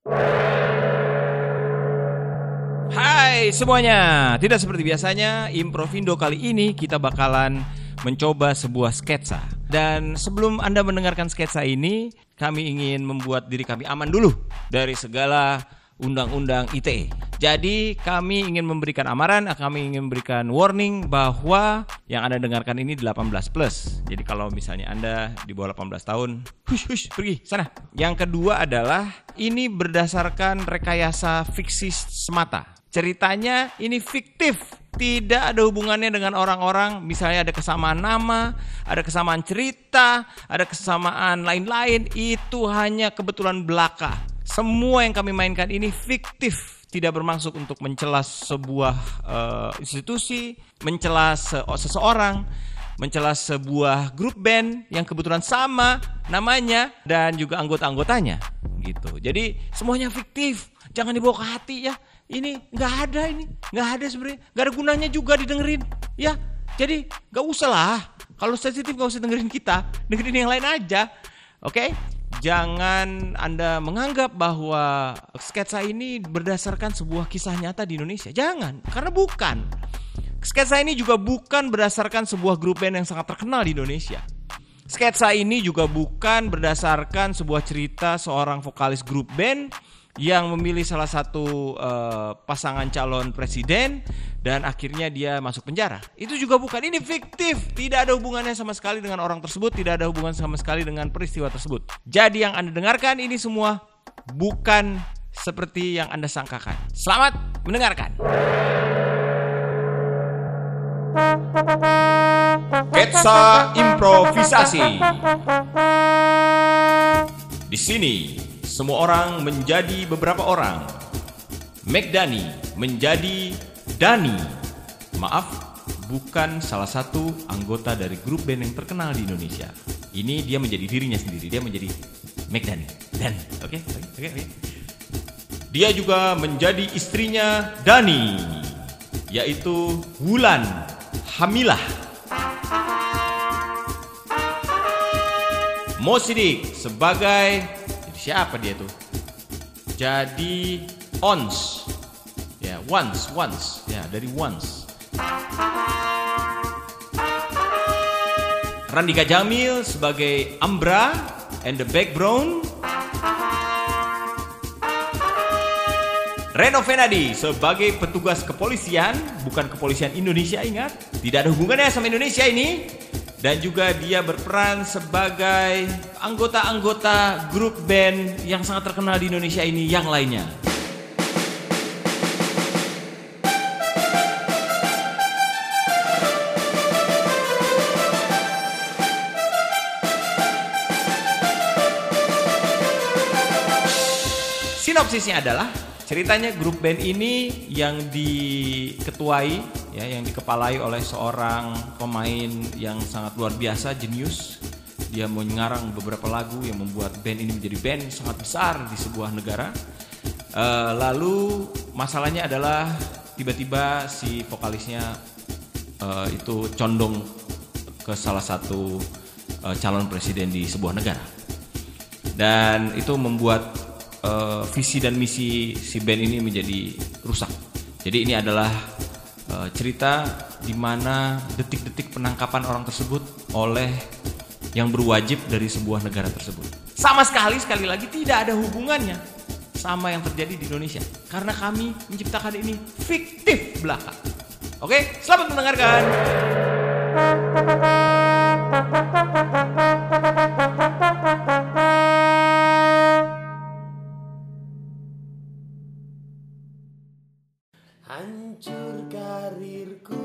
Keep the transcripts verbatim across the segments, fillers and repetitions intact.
Hai semuanya, tidak seperti biasanya Improvindo kali ini kita bakalan mencoba sebuah sketsa. Dan sebelum Anda mendengarkan sketsa ini, kami ingin membuat diri kami aman dulu dari segala undang-undang I T E. Jadi kami ingin memberikan amaran, kami ingin memberikan warning bahwa yang Anda dengarkan ini delapan belas plus. Jadi kalau misalnya Anda di bawah delapan belas tahun, hush hush pergi sana. Yang kedua adalah ini berdasarkan rekayasa fiksi semata. Ceritanya ini fiktif, tidak ada hubungannya dengan orang-orang. Misalnya ada kesamaan nama, ada kesamaan cerita, ada kesamaan lain-lain. Itu hanya kebetulan belaka. Semua yang kami mainkan ini fiktif, tidak bermaksud untuk mencela sebuah uh, institusi, mencela se- seseorang, mencela sebuah grup band yang kebetulan sama namanya dan juga anggota-anggotanya gitu. Jadi semuanya fiktif, jangan dibawa ke hati ya. Ini nggak ada ini, nggak ada sebenarnya, nggak ada gunanya juga didengerin, ya. Jadi nggak usah lah. Kalau sensitif nggak usah dengerin kita, dengerin yang lain aja, oke? Okay? Jangan Anda menganggap bahwa sketsa ini berdasarkan sebuah kisah nyata di Indonesia. Jangan, karena bukan. Sketsa ini juga bukan berdasarkan sebuah grup band yang sangat terkenal di Indonesia. Sketsa ini juga bukan berdasarkan sebuah cerita seorang vokalis grup band yang memilih salah satu uh, pasangan calon presiden dan akhirnya dia masuk penjara. Itu juga bukan, ini fiktif, tidak ada hubungannya sama sekali dengan orang tersebut, tidak ada hubungan sama sekali dengan peristiwa tersebut. Jadi yang Anda dengarkan ini semua bukan seperti yang Anda sangkakan. Selamat mendengarkan. Sketsa improvisasi. Di sini semua orang menjadi beberapa orang. McDani menjadi Dani. Maaf, bukan salah satu anggota dari grup band yang terkenal di Indonesia. Ini dia menjadi dirinya sendiri. Dia menjadi McDani. Dan, oke, okay, oke, okay, oke. Okay. Dia juga menjadi istrinya Dani, yaitu Wulan Hamilah. Mo Sidik sebagai siapa dia tuh? Jadi Ons. Ya, once, once. Ya, dari once. Randika Jamil sebagai Ambra and the Backbone. Reno Venadi sebagai petugas kepolisian, bukan kepolisian Indonesia, ingat. Tidak ada hubungannya sama Indonesia ini. Dan juga dia berperan sebagai anggota-anggota grup band yang sangat terkenal di Indonesia ini yang lainnya. Sinopsisnya adalah ceritanya grup band ini yang diketuai, ya, yang dikepalai oleh seorang pemain yang sangat luar biasa, jenius. Dia mengarang beberapa lagu yang membuat band ini menjadi band sangat besar di sebuah negara. Uh, lalu masalahnya adalah tiba-tiba si vokalisnya uh, itu condong ke salah satu uh, calon presiden di sebuah negara. Dan itu membuat Uh, visi dan misi si band ini menjadi rusak. Jadi ini adalah uh, cerita di mana detik-detik penangkapan orang tersebut oleh yang berwajib dari sebuah negara tersebut. Sama sekali, sekali lagi tidak ada hubungannya sama yang terjadi di Indonesia. Karena kami menciptakan ini fiktif belaka. Oke, selamat mendengarkan. Hancur karirku,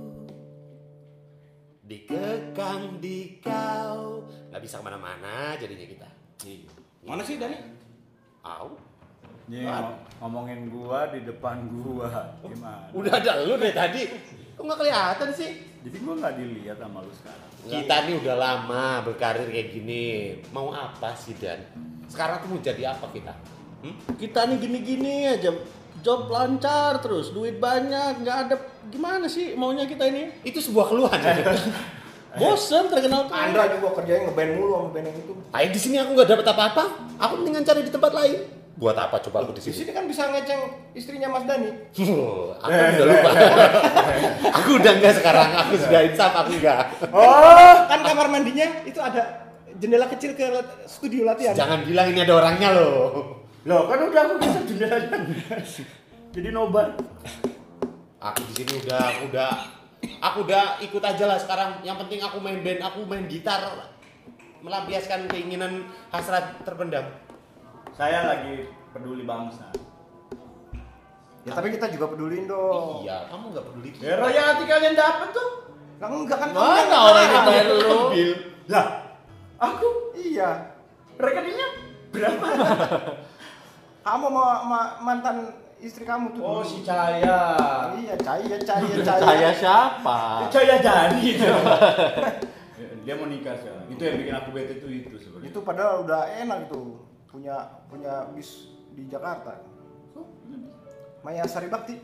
dikekang di kau. Gak bisa kemana-mana jadinya kita. Mana sih Dani? Au. Yeah, ngomongin gua di depan gua. Gimana? Udah ada lu dari tadi. Kok gak kelihatan sih? Jadi gua gak dilihat sama lu sekarang. Kita nih udah lama berkarir kayak gini. Mau apa sih Dan? Sekarang tuh mau jadi apa kita? Hmm? Kita nih gini-gini aja. Job lancar terus, duit banyak, nggak ada gimana sih maunya kita ini? Itu sebuah keluhan. Bosen terkenal kaya. Andra juga kerjanya ngeband mulu sama band yang itu. Ayo di sini aku nggak dapat apa-apa. Aku mendingan cari di tempat lain. Buat apa coba aku di Di sini? sini kan bisa ngeceng istrinya Mas Dani. Aku udah lupa. Aku udah enggak sekarang. Aku sudah insaf, aku enggak. Oh, kan kamar mandinya itu ada jendela kecil ke studio latihan. Jangan bilang ini ada orangnya loh. Loh, kan udah aku bisa jendelanya. Jadi nobar. Aku di sini udah, aku udah, aku udah ikut aja lah sekarang. Yang penting aku main band, aku main gitar, melampiaskan keinginan hasrat terpendam. Saya lagi peduli bangsa. Ya tapi kita juga peduliin dong. Iya, kamu nggak peduli. Ya royalti kalian dapat tuh. Lah enggak kan Mana yang orang yang bayar. bayar lu? Lah, aku Iya. rekeningnya berapa? Kamu mau ma- mantan istri kamu tuh. Oh, dulu. si Cahaya. Iya, Cahaya, Cahaya, Cahaya. Saya siapa? Cahaya jadi. Dia mau nikah sekarang. Itu yang bikin aku bete itu itu sebenarnya. Itu padahal udah enak tuh. Punya punya bis di Jakarta. Maya Sari Bakti.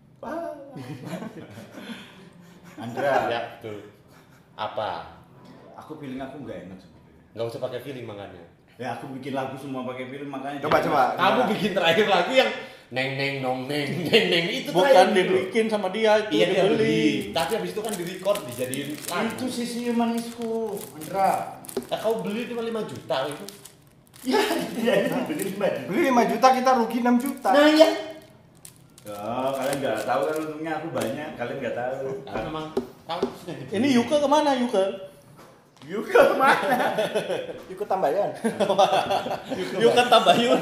Andra, Ya, betul. Apa? aku feeling aku nggak enak sebenarnya. Nggak usah pakai feeling makanya. Ya aku bikin lagu semua pakai feeling makanya. Coba, coba. Kamu bikin terakhir lagu yang neng neng nong neng neng neng itu Bukan terakhir. dibikin sama dia itu Iya dia dibeli. beli. Tapi habis itu kan di record dijadiin lagu. Itu sisi manisku, Andra. Eh, kau beli cuma lima juta itu. Ya, iya ini beli lima. Beli lima juta kita rugi enam juta. Nah ya. Oh, kalian nggak tahu kan untungnya aku banyak, kalian nggak tahu. Nah, memang kamu sudah dibeli. Ini Yuka kemana Yuka? Yuka mana? Ikut tambahan. Yuka Tabayun.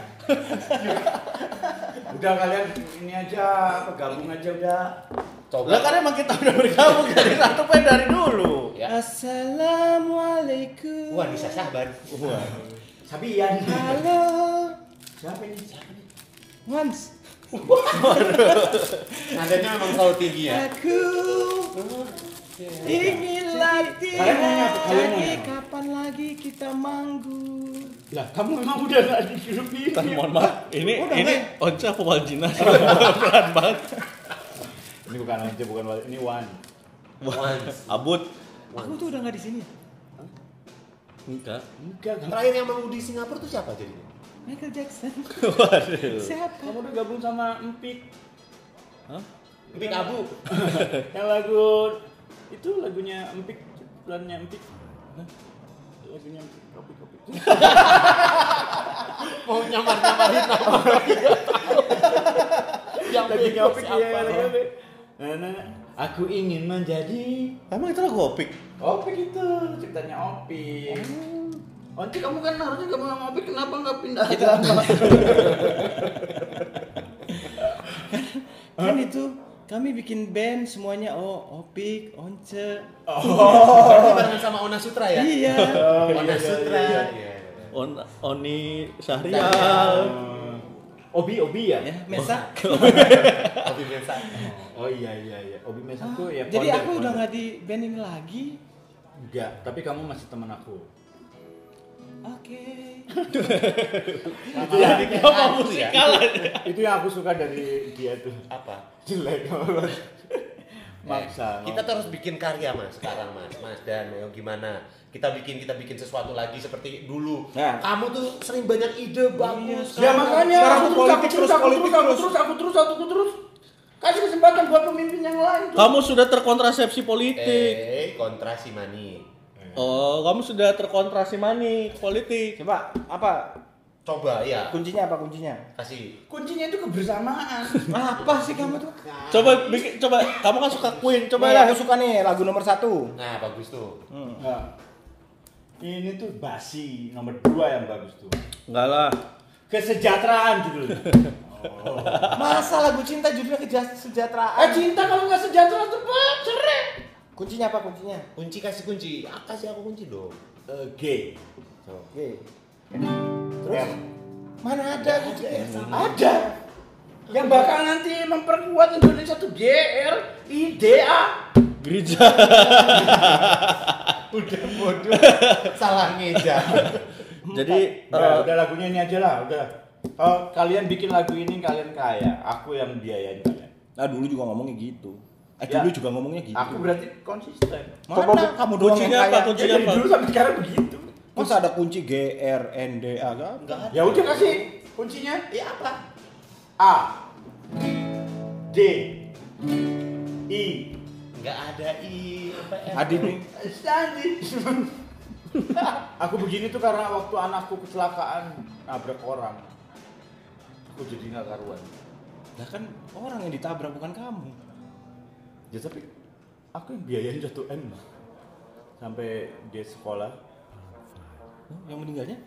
Udah kalian ini aja, apa gabung aja udah. Coba. Lah kan emang kita udah bergabung dari satu pen dari dulu. Ya. Assalamualaikum. Wah, Nisa Sahban. Wah. Sabian. Halo. Siapa ini? Siapa ini? Once. Nadanya memang selalu tinggi ya. Aku ingin latih. Kalian mau nyapa? Kalian mau Jadi nyapa? kapan lagi kita manggung? Lah, kamu memang udah nggak di grup ini. Tan mohon maaf. Ini Udah, ini Nek. Onca apa Waljina? Pelan banget. Ini bukan Once, bukan Wal- ini Wan. Once. Abut. Aku tuh udah nggak di sini. Enggak. Enggak, kamu, Terakhir yang mau di Singapura tuh siapa jadinya? Michael Jackson. Waduh. Siapa? kamu udah gabung sama Empik. Hah? Pik Abu. Yang lagu itu lagunya Empik, plannya Empik. Hah? Lagunya Empik, kopi kopi. Mau nyamar-nyamarin nama. Yang Lagunya bego Empik siapa? ya, lagunya. Nah, nah, nah. Aku ingin menjadi Emang itu lagu Opik? Opik itu, ceritanya Opik. Once kamu kan harusnya gabung sama Opik, kenapa nggak pindah agama? Kan itu kami bikin band semuanya oh Opik, Once. Berarti barengan sama Ona Sutra ya? Iya. Ona Sutra. iya, Iya. On Oni Syahrial. Obi, Obi ya? Ya, Mesa. Kopi biasa. Oh iya iya iya. Obi Mesa tuh ya. Jadi founder, aku udah founder. nggak di band ini lagi. Enggak, tapi kamu masih teman aku. Oke. Itu yang bikin Ngomong aku ya. musikal. Itu yang aku suka dari dia tuh. Apa? Jelek banget. Maksa. Eh, kita terus bikin karya mas sekarang mas, mas dan Neo gimana? Kita bikin kita bikin sesuatu lagi seperti dulu. Nah. Kamu tuh sering banyak ide bagus. Ya makanya Sekarang aku terus, politik aku terus, terus, aku politik terus, aku terus. terus, aku terus, aku terus. Kasih kesempatan buat pemimpin yang lain tuh. Kamu sudah terkontrasepsi politik. Eh kontra si Mani. Oh, kamu sudah terkontrasi mani politik. Coba apa? Coba ya Kuncinya apa kuncinya? kasih. Kuncinya itu kebersamaan. Apa sih kamu tuh? Coba bikin, coba kamu kan suka Queen, coba Coba lah. aku suka nih lagu nomor satu. Nah bagus tuh. Nah, ini tuh basi nomor dua yang bagus tuh. Enggak lah. Kesejahteraan judulnya. Masa lagu cinta judulnya kesejahteraan? Eh cinta kalau nggak sejahtera tuh cerai. Kuncinya apa kuncinya? Kunci kasih kunci. Ah, kasih aku kunci dong. Oke. Oke. Terus Mana ada kuncinya? ada yang bakal nanti memperkuat Indonesia tuh G R I D A. Gereja. Udah bodoh. Salah ngeja. Jadi Udah, eh, udah lagunya ini aja lah, udah. Kalau kalian bikin lagu ini kalian kaya, aku yang biayain kalian. nah dulu juga ngomongnya gitu. Eh Ya. dulu juga ngomongnya gitu. Aku berarti konsisten. Mana kamu doang yang Kuncinya apa? kaya? Ya, Kuncinya dari apa? dulu sampai sekarang begitu. Masa ada kunci G R N D A kan? Enggak. Ya udah kasih Kuncinya? Iya apa? A D I. Nggak ada I apa R. Adi nih. Standi. Aku begini tuh karena waktu anakku kecelakaan nabrak orang. Aku jadi nggak karuan. Lah kan orang yang ditabrak bukan kamu. Ya tapi aku yang biayain satu M sampai dia sekolah. Yang meninggalnya?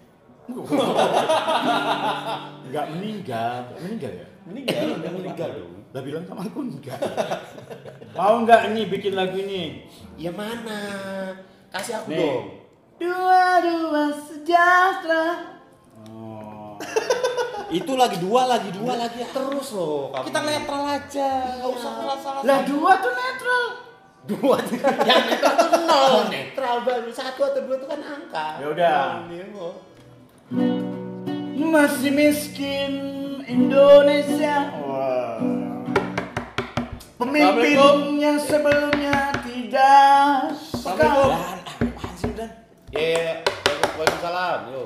Nggak meninggal, nggak meninggal ya? Meninggal, udah meninggal dong. Lah bilang sama aku enggak. Mau nggak nih bikin lagu ini? Ya mana? Kasih aku Nih. dong. Dua-dua sejahtera. Oh. Itu lagi dua, lagi dua, lagi terus loh. Kamu. Kita netral aja, nggak usah salah-salah. Lah dua tuh netral. Dua, yang netral tuh nol. Netral baru satu atau dua itu kan angka. Ya udah. Masih miskin Indonesia. Wah. Pemimpin yang sebelumnya tidak peka. Dan, apaan sih Dan? Ya, ya, ya. Waalaikumsalam. Yo.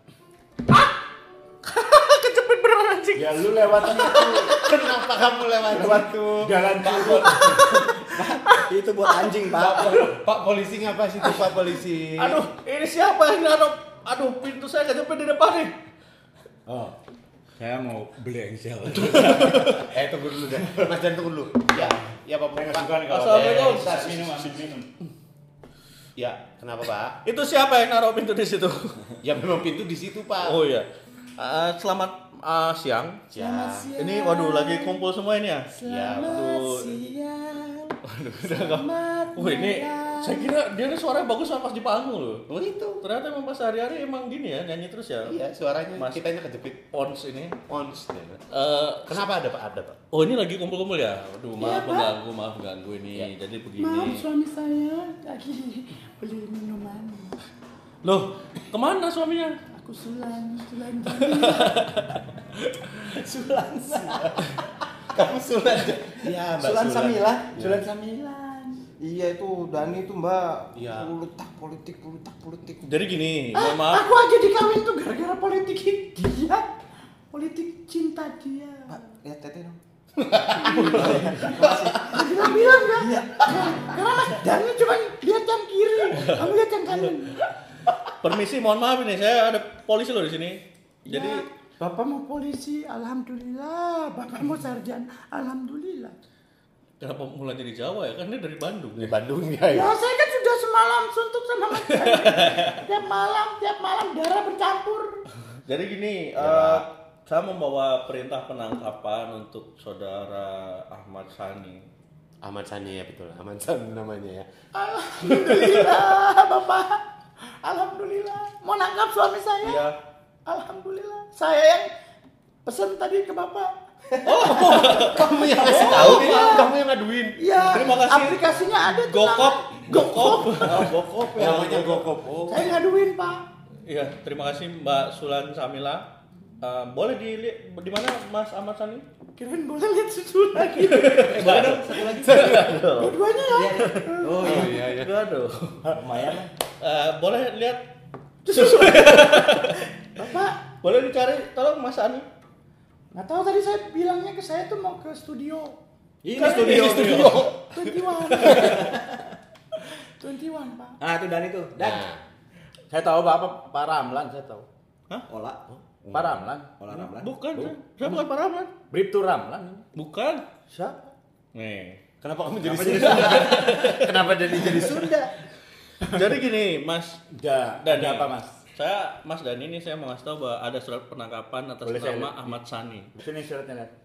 Kecepet beneran anjing. Ya lu lewat itu. Kenapa kamu lewat situ? Jalan curut. Itu buat anjing, Pak. Pak polisi ngapa sih tuh Pak polisi? Aduh, ini siapa yang naruh? Aduh, pintu saya kecepet di depan nih. Oh, saya mau beli engsel. Eh tunggu dulu deh. Mas Dan tunggu dulu. Ya, ya Pak. Saya nggak suka nih kalau Assalamualaikum. ada minum, ambil minum. Ya, kenapa Pak? Itu siapa yang naruh pintu di situ? Ya memang pintu di situ Pak. Oh iya. Uh, selamat uh, siang. Ya. Ini waduh lagi kumpul semua ini ya. Ya, Waduh. Waduh, udah enggak. Wah, ini saya kira dia nih suaranya bagus pas di panggung loh. Oh itu. Ternyata emang pas hari-hari emang gini ya, nyanyi terus ya. Iya, suaranya Mas- kitanya kejepit. Ons ini. Ons. Eh, Kenapa ada Pak? Ada Pak. oh ini lagi kumpul-kumpul ya? Aduh, maaf mengganggu, maaf mengganggu ini. Jadi begini. Maaf suami saya lagi beli minuman. Loh, kemana suaminya? Aku sulan, sulan Sulan. Kamu Sulan. Ya, Mbak Sulan Samila. Sulan Samilan. Iya itu Dani itu Mbak. Iya. Politik, politik, politik, politik. Jadi gini, Ah, mohon maaf. aku aja dikawin tuh gara-gara politik dia. Politik cinta dia. Mbak, lihat tete dong. Bilang-bilang ya. Karena Mas Dani cuma lihat yang kiri, kamu lihat yang kanan. Permisi, mohon maaf ini saya ada polisi loh di sini. Jadi Ya, Bapak mau polisi, alhamdulillah. Bapak mau sarjana, alhamdulillah. kenapa mulai dari Jawa ya? Kan dia dari Bandung. Di Bandung ya. Ya saya kan sudah semalam suntuk sama Mas Dani. Tiap malam, tiap malam darah bercampur. Jadi gini, eh, saya membawa perintah penangkapan untuk saudara Ahmad Sani. Ahmad Sani ya betul. Ahmad Sani namanya ya. Alhamdulillah, Bapak. Alhamdulillah. Mau nangkap suami saya? Iya. Alhamdulillah. Saya yang pesan tadi ke Bapak. Kamu yang ngasih tahu, kamu yang ngaduin. Iya. Terima kasih. Aplikasinya ada tuh. Gokop, namanya. Gokop, oh, Gokop ya. Namanya Gokop. Oh. Saya ngaduin, Pak. Iya, terima kasih Mbak Sulan Samila. Eh, boleh dilihat di mana Mas Ahmad Sani? Kirain boleh lihat susu lagi. Boleh dong, satu lagi. Dua-duanya ya. Oh iya iya. Aduh. Lumayan. Eh, boleh lihat? Bapak, Boleh dicari, tolong Mas Sani. nggak tahu tadi saya bilangnya ke saya tuh mau ke studio. Ini Kan studio. ini studio. twenty-one. twenty-one, Pak. Ah itu Dani tuh. Dan. Nah, Saya tahu Bapak Pak Ramlan, saya tahu. Hah? Ola. Pak Ramlan? Ola Ramlan. Bukan, saya, saya bukan Pak Ramlan. Bribtu Ramlan. Bukan. Siapa? Nih. kenapa kamu jadi Sunda? Kenapa jadi jadi Sunda? Jadi gini, Mas Da. Dani. Ada apa Mas? Saya Mas Dani ini saya mau ngasih tahu bahwa ada surat penangkapan atas Boleh saya nama lihat? Ahmad Sani. Sini suratnya lihat.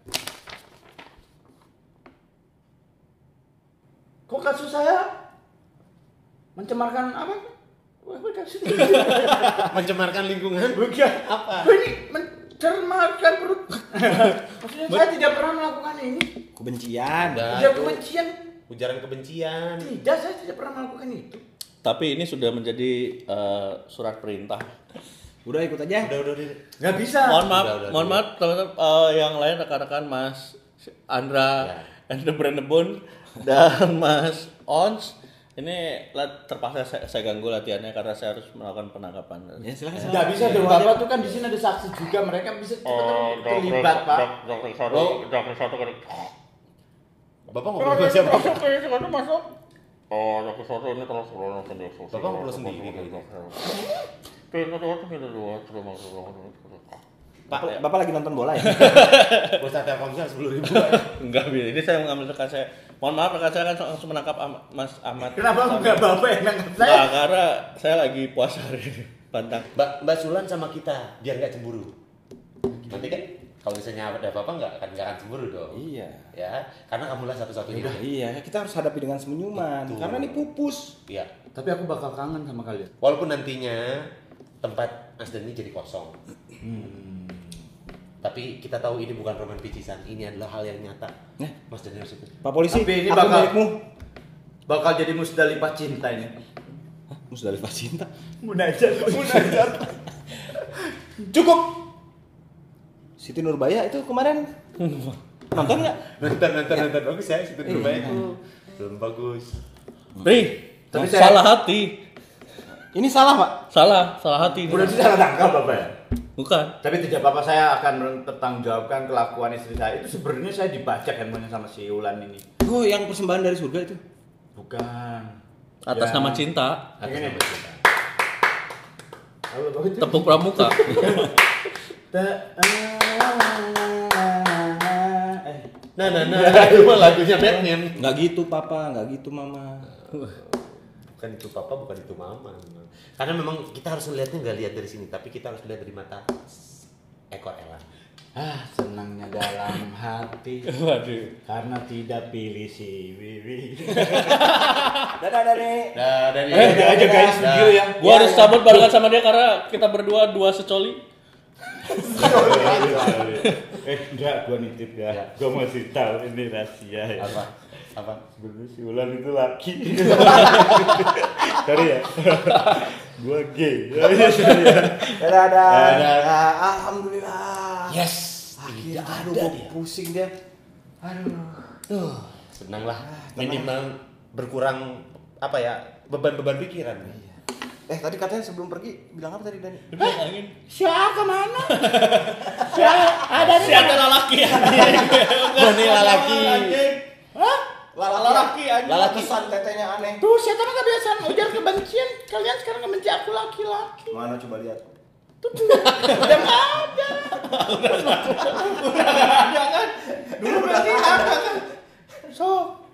Kok kasus saya mencemarkan apa? Apa kasus? Mencemarkan lingkungan. Bukan. Apa? Kok ini mencermarkan perut? Maksudnya saya tidak pernah melakukan ini. Kebencian. Nah, Tidak itu kebencian. ujaran kebencian. Tidak, saya tidak pernah melakukan itu. Tapi ini sudah menjadi eh, surat perintah. Udah ikut aja. Udah udah udah. Nggak bisa. Mohon maaf, Udah, udah, mohon udah. maaf teman-teman eh, yang lain rekan-rekan Mas Andra Ya. and the Brandebon dan Mas Ons. Ini la- terpaksa saya, saya ganggu latihannya karena saya harus melakukan penangkapan. Ya silakan. Nggak bisa dong, Bapak tuh kan di sini ada saksi juga, mereka bisa cepat terlibat, Pak. Dokter satu, dokter satu kan. Bapak ngobrol sama siapa? Masuk, masuk. Oh, dokter satu ini terus berlangsung sendiri. Bapak ngobrol sendiri kayaknya. Pintu dua, pintu dua, sudah masuk. Bapak, Bapak lagi nonton bola ya? Bosnya Telkomsel sepuluh ribu. Enggak, Bil. Ini saya mengambil rekan saya. Mohon maaf, rekan saya kan langsung menangkap Am- Mas Ahmad. Kenapa enggak Bapak yang nangkap saya? Nah, karena saya lagi puasa hari ini. Pantang. Mbak Mbak Sulan sama kita biar nggak cemburu. Nanti kan kalau misalnya ada apa-apa nggak akan nggak akan cemburu dong. Iya. Ya, karena kamulah satu-satunya. Iya, kita harus hadapi dengan senyuman. Betul. Karena ini pupus. Iya. Tapi aku bakal kangen sama kalian. Walaupun nantinya tempat Mas Dani jadi kosong. Hmm. Tapi kita tahu ini bukan roman picisan, ini adalah hal yang nyata. Nah. Mas Dani harus itu. Pak polisi, Tapi ini aku bakal- milikmu. Bakal jadi musdalifah cinta ini. Musdalifah cinta. Munajat, munajat. Cukup. Siti Nurbaya itu kemarin nonton nggak? Nonton nonton nonton bagus ya, situ Iya. terbaik. Film bagus. Pri, Tapi saya... saya- salah hati. Ini salah pak. Salah, salah hati. ini. Udah salah tangkap Bapak ya? Bukan. Tapi tidak apa-apa, saya akan bertanggungjawabkan kelakuan istri saya. Itu sebenarnya saya dibajak handphonenya sama si Ulan ini. Oh, yang persembahan dari surga itu. Bukan. Atas Ya. nama cinta, Atas Ini. nama cinta. Halo, Bapak itu. tepuk pramuka. Ta- Eh, Nah, nah, nah, itu mah lagunya Batman. Nggak gitu papa, nggak gitu mama. Bukan itu papa, bukan itu mama. Karena memang kita harus melihatnya nggak lihat dari sini, tapi kita harus lihat dari mata ekor elang. Ah, senangnya dalam hati Waduh. karena tidak pilih si Wiwi. Dadah Dani. Nah, dari Eh, dia aja guys video ya. Gua harus cabut barengan sama dia karena kita berdua dua secoli. Eh, enggak, gua nitip ya. Gua masih tahu ini rahasia ya. apa? Apa? Sebenarnya si Ulan itu laki. Sorry ya. Gua gay. Dadah dadah. Dadah. Ah, alhamdulillah. Yes. Akhirnya aduh gua pusing dia. Aduh. Senang lah. Minimal berkurang apa ya beban-beban pikiran. Eh tadi katanya sebelum pergi bilang apa tadi Dani? Angin. Siapa mana? Ada Si ada lelaki ya. Bani lalaki. Hah? Lalaki aja. Lalaki. Pesan tetenya aneh. Tuh, setan nggak biasa ujar kebencian. Kalian sekarang ngebenci aku laki-laki. Mana coba lihat. Udah nggak ada. Udah nggak ada kan? Dulu berarti ada kan? So,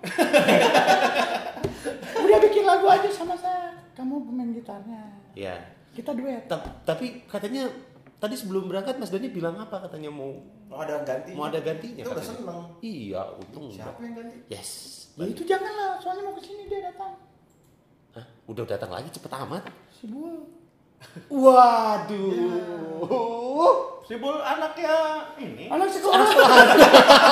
udah bikin lagu aja sama saya. Kamu pemain gitarnya. Ya. Kita duet. Ta- Tapi katanya tadi sebelum berangkat Mas Dani bilang apa? Katanya mau Mau ada ganti. mau ada gantinya. Itu udah katanya. seneng. Iya, untung Siapa udah. yang ganti? Yes. Ya itu janganlah, soalnya mau kesini dia datang. Hah? Udah datang lagi cepet amat. Si Bul. Waduh. Si Bul anaknya ini. Anak sekolah.